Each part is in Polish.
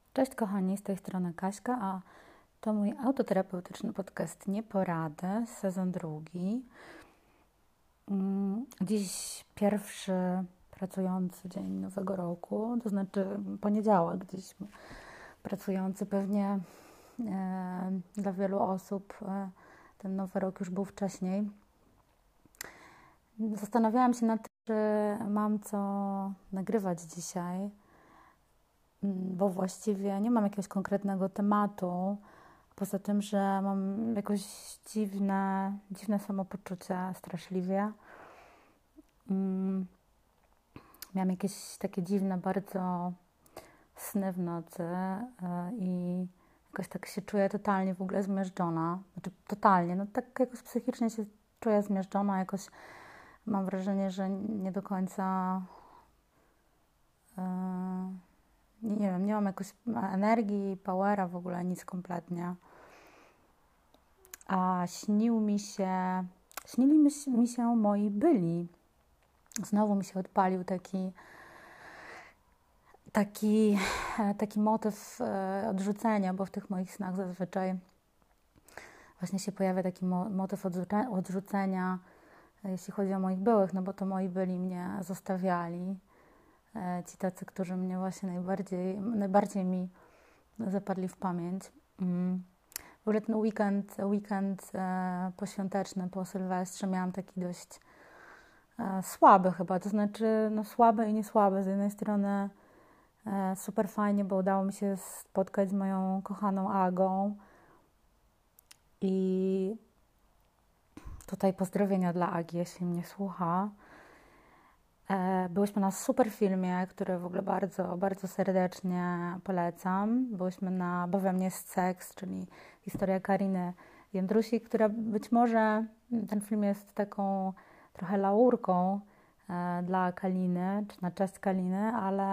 Cześć kochani, z tej strony Kaśka, a to mój autoterapeutyczny podcast Nieporady, sezon drugi. Dziś pierwszy pracujący dzień nowego roku, to znaczy poniedziałek dziś pracujący. Pewnie dla wielu osób ten nowy rok już był wcześniej. Zastanawiałam się nad tym, czy mam co nagrywać dzisiaj, bo właściwie nie mam jakiegoś konkretnego tematu, poza tym, że mam jakoś dziwne samopoczucie, straszliwie. Miałam jakieś takie dziwne bardzo sny w nocy i jakoś tak się czuję totalnie w ogóle zmiażdżona. Znaczy totalnie, no tak jakoś psychicznie się czuję zmiażdżona, jakoś mam wrażenie, że nie do końca nie wiem, nie mam jakoś energii, powera, w ogóle nic kompletnie. A śnili mi się moi byli. Znowu mi się odpalił taki motyw odrzucenia, bo w tych moich snach zazwyczaj właśnie się pojawia taki motyw odrzucenia, jeśli chodzi o moich byłych, no bo to moi byli mnie zostawiali. Ci tacy, którzy mnie właśnie najbardziej mi zapadli w pamięć. W ogóle ten weekend poświąteczny, po Sylwestrze miałam taki dość słaby chyba, to znaczy no słaby i niesłaby. Z jednej strony super fajnie, bo udało mi się spotkać z moją kochaną Agą i tutaj pozdrowienia dla Agi, jeśli mnie słucha. Byłyśmy na super filmie, który w ogóle bardzo, bardzo serdecznie polecam. Byłyśmy na Bo we mnie jest seks, czyli historia Kariny Jędrusik, która być może, ten film jest taką trochę laurką dla Kaliny, czy na cześć Kaliny,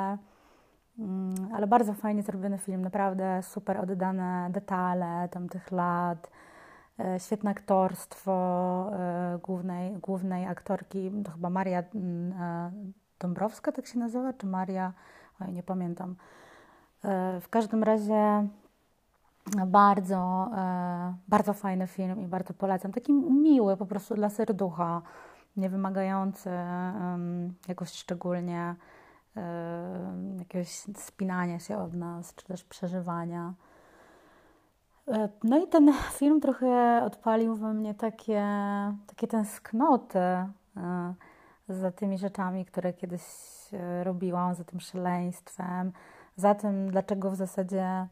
ale bardzo fajnie zrobiony film, naprawdę super oddane detale tamtych lat, świetne aktorstwo głównej aktorki, to chyba Maria Dąbrowska, tak się nazywa, czy Maria, oj, nie pamiętam. W każdym razie bardzo fajny film i bardzo polecam. Taki miły po prostu dla serducha, nie wymagający jakoś szczególnie jakiegoś spinania się od nas, czy też przeżywania. No i ten film trochę odpalił we mnie takie tęsknoty za tymi rzeczami, które kiedyś robiłam, za tym szaleństwem, za tym, dlaczego w zasadzie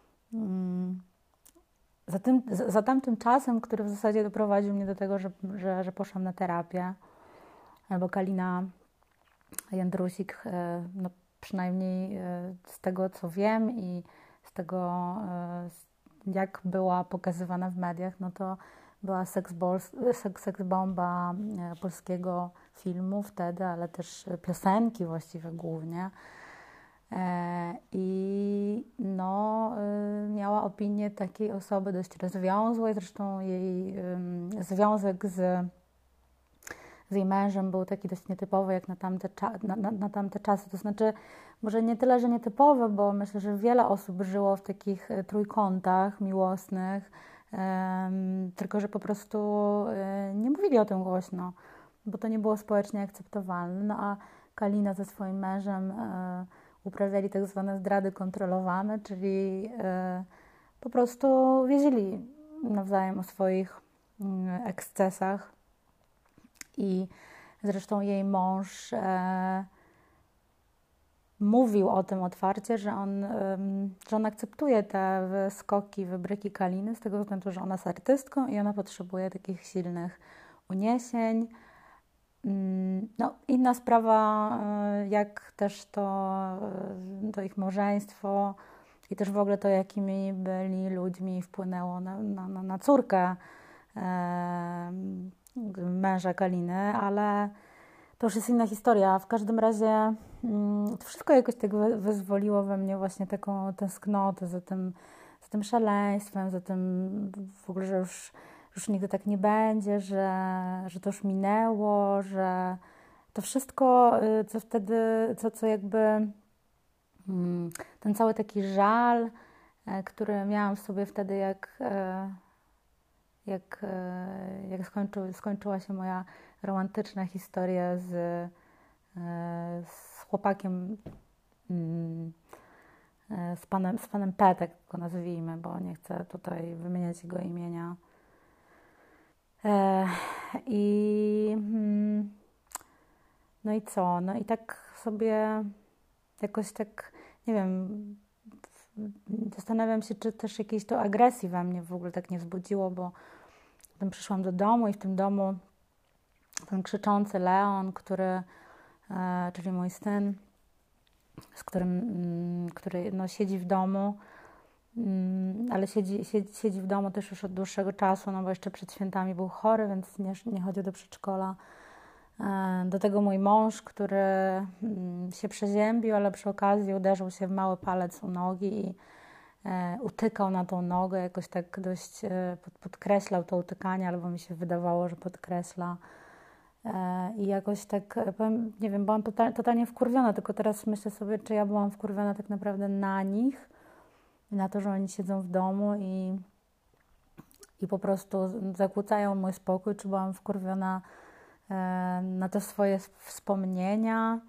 za tamtym czasem, który w zasadzie doprowadził mnie do tego, że poszłam na terapię, albo Kalina Jędrusik, no przynajmniej z tego, co wiem i z tego, jak była pokazywana w mediach, no to była seksbomba polskiego filmu wtedy, ale też piosenki właściwie głównie. I no, miała opinię takiej osoby dość rozwiązłej, zresztą jej związek z jej mężem był taki dość nietypowy jak na tamte czasy. To znaczy, może nie tyle, że nietypowy, bo myślę, że wiele osób żyło w takich trójkątach miłosnych, tylko że po prostu nie mówili o tym głośno, bo to nie było społecznie akceptowalne. No a Kalina ze swoim mężem uprawiali tak zwane zdrady kontrolowane, czyli po prostu wiedzieli nawzajem o swoich ekscesach. I zresztą jej mąż mówił o tym otwarcie, że on akceptuje te wyskoki, wybryki Kaliny z tego względu, że ona jest artystką i ona potrzebuje takich silnych uniesień. No, inna sprawa, jak też to ich małżeństwo i też w ogóle to, jakimi byli ludźmi, wpłynęło na córkę męża Kaliny, ale to już jest inna historia. W każdym razie to wszystko jakoś tak wyzwoliło we mnie właśnie taką tęsknotę za tym szaleństwem, za tym w ogóle, że już nigdy tak nie będzie, że to już minęło, że to wszystko, co wtedy, co jakby ten cały taki żal, który miałam w sobie wtedy, jak skończyła się moja romantyczna historia z chłopakiem, z panem P, tak go nazwijmy, bo nie chcę tutaj wymieniać jego imienia. No i co? No i tak sobie jakoś tak, nie wiem, zastanawiam się, czy też jakiejś to agresji we mnie w ogóle tak nie wzbudziło, bo potem przyszłam do domu i w tym domu ten krzyczący Leon, czyli mój syn, który no, siedzi w domu, ale siedzi w domu też już od dłuższego czasu, no bo jeszcze przed świętami był chory, więc nie chodził do przedszkola. Do tego mój mąż, który się przeziębił, ale przy okazji uderzył się w mały palec u nogi i utykał na tą nogę, jakoś tak dość podkreślał to utykanie, albo mi się wydawało, że podkreśla. I jakoś tak, powiem, nie wiem, byłam totalnie wkurwiona, tylko teraz myślę sobie, czy ja byłam wkurwiona tak naprawdę na nich, na to, że oni siedzą w domu i po prostu zakłócają mój spokój, czy byłam wkurwiona na te swoje wspomnienia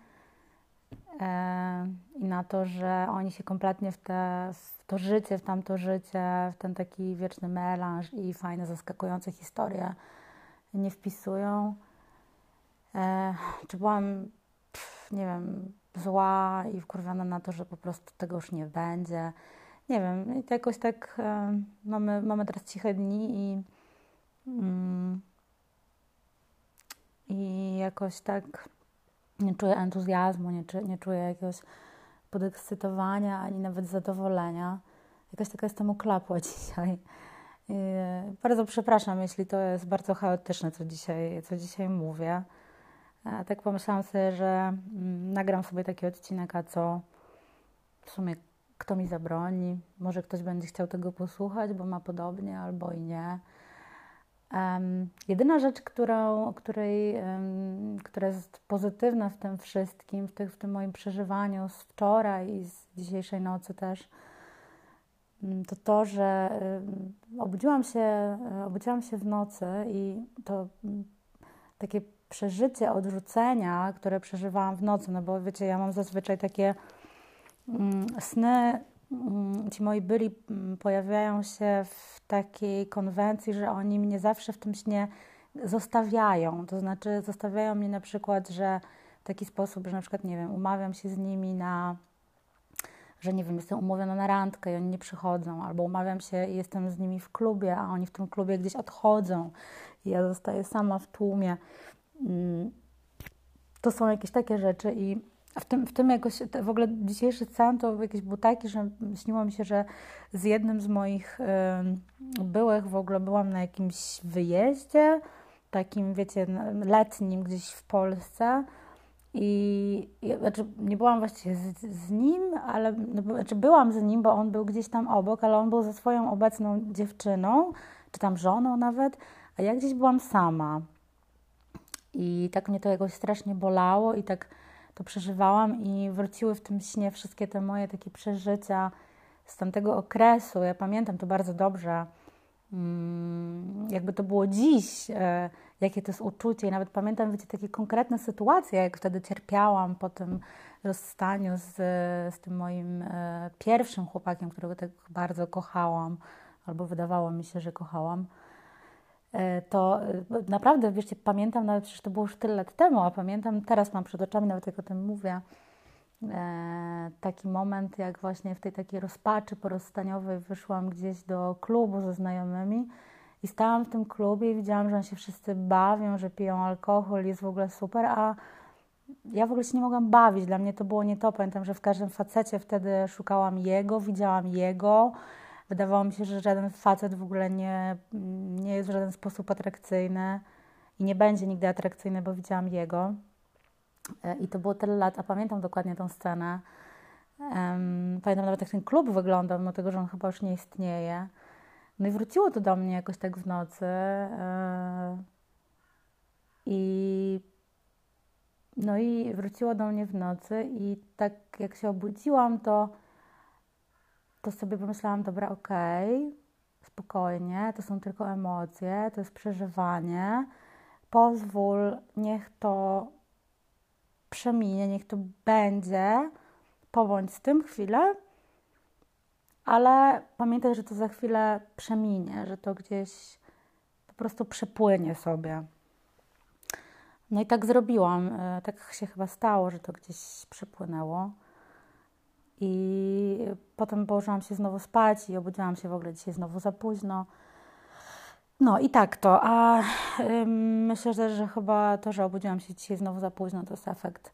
i na to, że oni się kompletnie w to życie, w tamto życie, w ten taki wieczny melanż i fajne, zaskakujące historie nie wpisują. Czy byłam, nie wiem, zła i wkurwiona na to, że po prostu tego już nie będzie. Nie wiem, i to jakoś tak mamy teraz ciche dni i jakoś tak nie czuję entuzjazmu, nie czuję jakiegoś podekscytowania, ani nawet zadowolenia. Jakaś taka jestem uklapła dzisiaj. I bardzo przepraszam, jeśli to jest bardzo chaotyczne, co dzisiaj mówię. Tak pomyślałam sobie, że nagram sobie taki odcinek, a co w sumie kto mi zabroni. Może ktoś będzie chciał tego posłuchać, bo ma podobnie, albo i nie. Jedyna rzecz, która jest pozytywna w tym wszystkim, w tym moim przeżywaniu z wczoraj i z dzisiejszej nocy też, to, że obudziłam się w nocy i to takie przeżycie odrzucenia, które przeżywałam w nocy, no bo wiecie, ja mam zazwyczaj takie sny, ci moi byli pojawiają się w takiej konwencji, że oni mnie zawsze w tym śnie zostawiają, to znaczy zostawiają mnie na przykład, że w taki sposób, że na przykład, nie wiem, umawiam się z nimi że nie wiem, jestem umówiona na randkę i oni nie przychodzą, albo umawiam się i jestem z nimi w klubie, a oni w tym klubie gdzieś odchodzą i ja zostaję sama w tłumie. To są jakieś takie rzeczy i w tym jakoś, w ogóle dzisiejszy sen to jakiś był taki, że śniło mi się, że z jednym z moich byłych w ogóle byłam na jakimś wyjeździe, takim, wiecie, letnim gdzieś w Polsce znaczy nie byłam właściwie z nim, ale znaczy byłam z nim, bo on był gdzieś tam obok, ale on był ze swoją obecną dziewczyną, czy tam żoną nawet, a ja gdzieś byłam sama. I tak mnie to jakoś strasznie bolało i tak to przeżywałam i wróciły w tym śnie wszystkie te moje takie przeżycia z tamtego okresu. Ja pamiętam to bardzo dobrze, jakby to było dziś, jakie to jest uczucie i nawet pamiętam, wiecie, takie konkretne sytuacje, jak wtedy cierpiałam po tym rozstaniu z tym moim pierwszym chłopakiem, którego tak bardzo kochałam, albo wydawało mi się, że kochałam. To naprawdę, wiecie, pamiętam, nawet przecież to było już tyle lat temu, a pamiętam, teraz mam przed oczami, nawet jak o tym mówię, taki moment, jak właśnie w tej takiej rozpaczy porozstaniowej wyszłam gdzieś do klubu ze znajomymi i stałam w tym klubie i widziałam, że oni się wszyscy bawią, że piją alkohol, jest w ogóle super, a ja w ogóle się nie mogłam bawić, dla mnie to było nie to. Pamiętam, że w każdym facecie wtedy szukałam jego, widziałam jego. Wydawało mi się, że żaden facet w ogóle nie jest w żaden sposób atrakcyjny i nie będzie nigdy atrakcyjny, bo widziałam jego. I to było tyle lat, a pamiętam dokładnie tą scenę. Pamiętam nawet, jak ten klub wyglądał, mimo tego, że on chyba już nie istnieje. No i wróciło to do mnie jakoś tak w nocy. I No i wróciło do mnie w nocy i tak jak się obudziłam, to sobie pomyślałam, dobra, okej, spokojnie, to są tylko emocje, to jest przeżywanie, pozwól, niech to przeminie, niech to będzie, pobądź z tym chwilę, ale pamiętaj, że to za chwilę przeminie, że to gdzieś po prostu przepłynie sobie. No i tak zrobiłam, tak się chyba stało, że to gdzieś przepłynęło. I potem położyłam się znowu spać i obudziłam się w ogóle dzisiaj znowu za późno. No i tak to, a myślę, że chyba to, że obudziłam się dzisiaj znowu za późno, to jest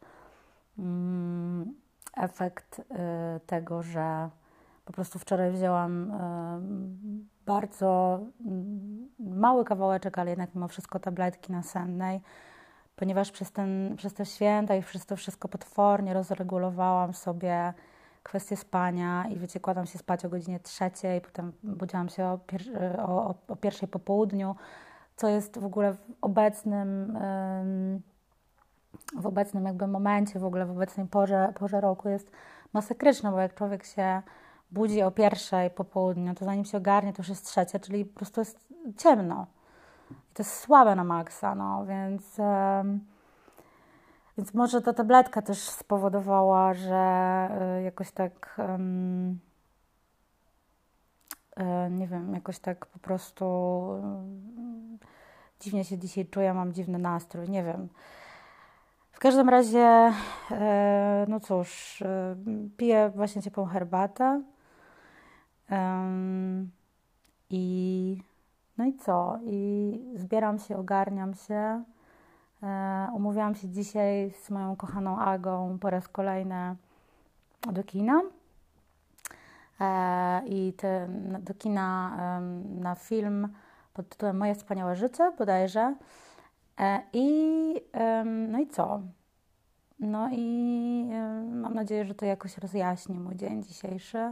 efekt tego, że po prostu wczoraj wzięłam bardzo mały kawałeczek, ale jednak mimo wszystko tabletki nasennej, ponieważ przez te święta i przez to wszystko potwornie rozregulowałam sobie kwestię spania i wiecie, kładłam się spać o godzinie 3:00, potem budziłam się o 1:00 po południu, co jest w ogóle w obecnym jakby momencie, w ogóle w obecnej porze roku jest masakryczne, bo jak człowiek się budzi o 1:00 po południu, to zanim się ogarnie, to już jest 3:00, czyli po prostu jest ciemno. I to jest słabe na maksa, no, więc może ta tabletka też spowodowała, że jakoś tak, nie wiem, jakoś tak po prostu dziwnie się dzisiaj czuję, mam dziwny nastrój, nie wiem. W każdym razie, no cóż, piję właśnie ciepłą herbatę no i co? I zbieram się, ogarniam się. Umówiłam się dzisiaj z moją kochaną Agą po raz kolejny do kina. Do kina na film pod tytułem Moje wspaniałe życie bodajże. No i co? No i mam nadzieję, że to jakoś rozjaśni mój dzień dzisiejszy.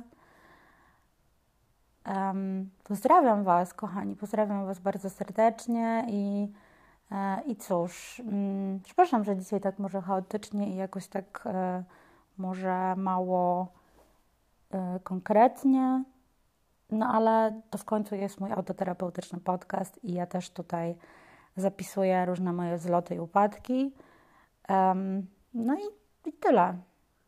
Pozdrawiam Was, kochani, pozdrawiam Was bardzo serdecznie i cóż, przepraszam, że dzisiaj tak może chaotycznie i jakoś tak może mało konkretnie, no ale to w końcu jest mój autoterapeutyczny podcast i ja też tutaj zapisuję różne moje wzloty i upadki. No i tyle.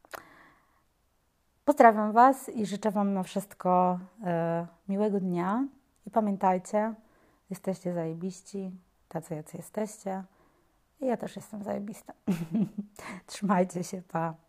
Pozdrawiam Was i życzę Wam na wszystko miłego dnia i pamiętajcie, jesteście zajebiści, tacy jacy jesteście i ja też jestem zajebista. Trzymajcie się, pa!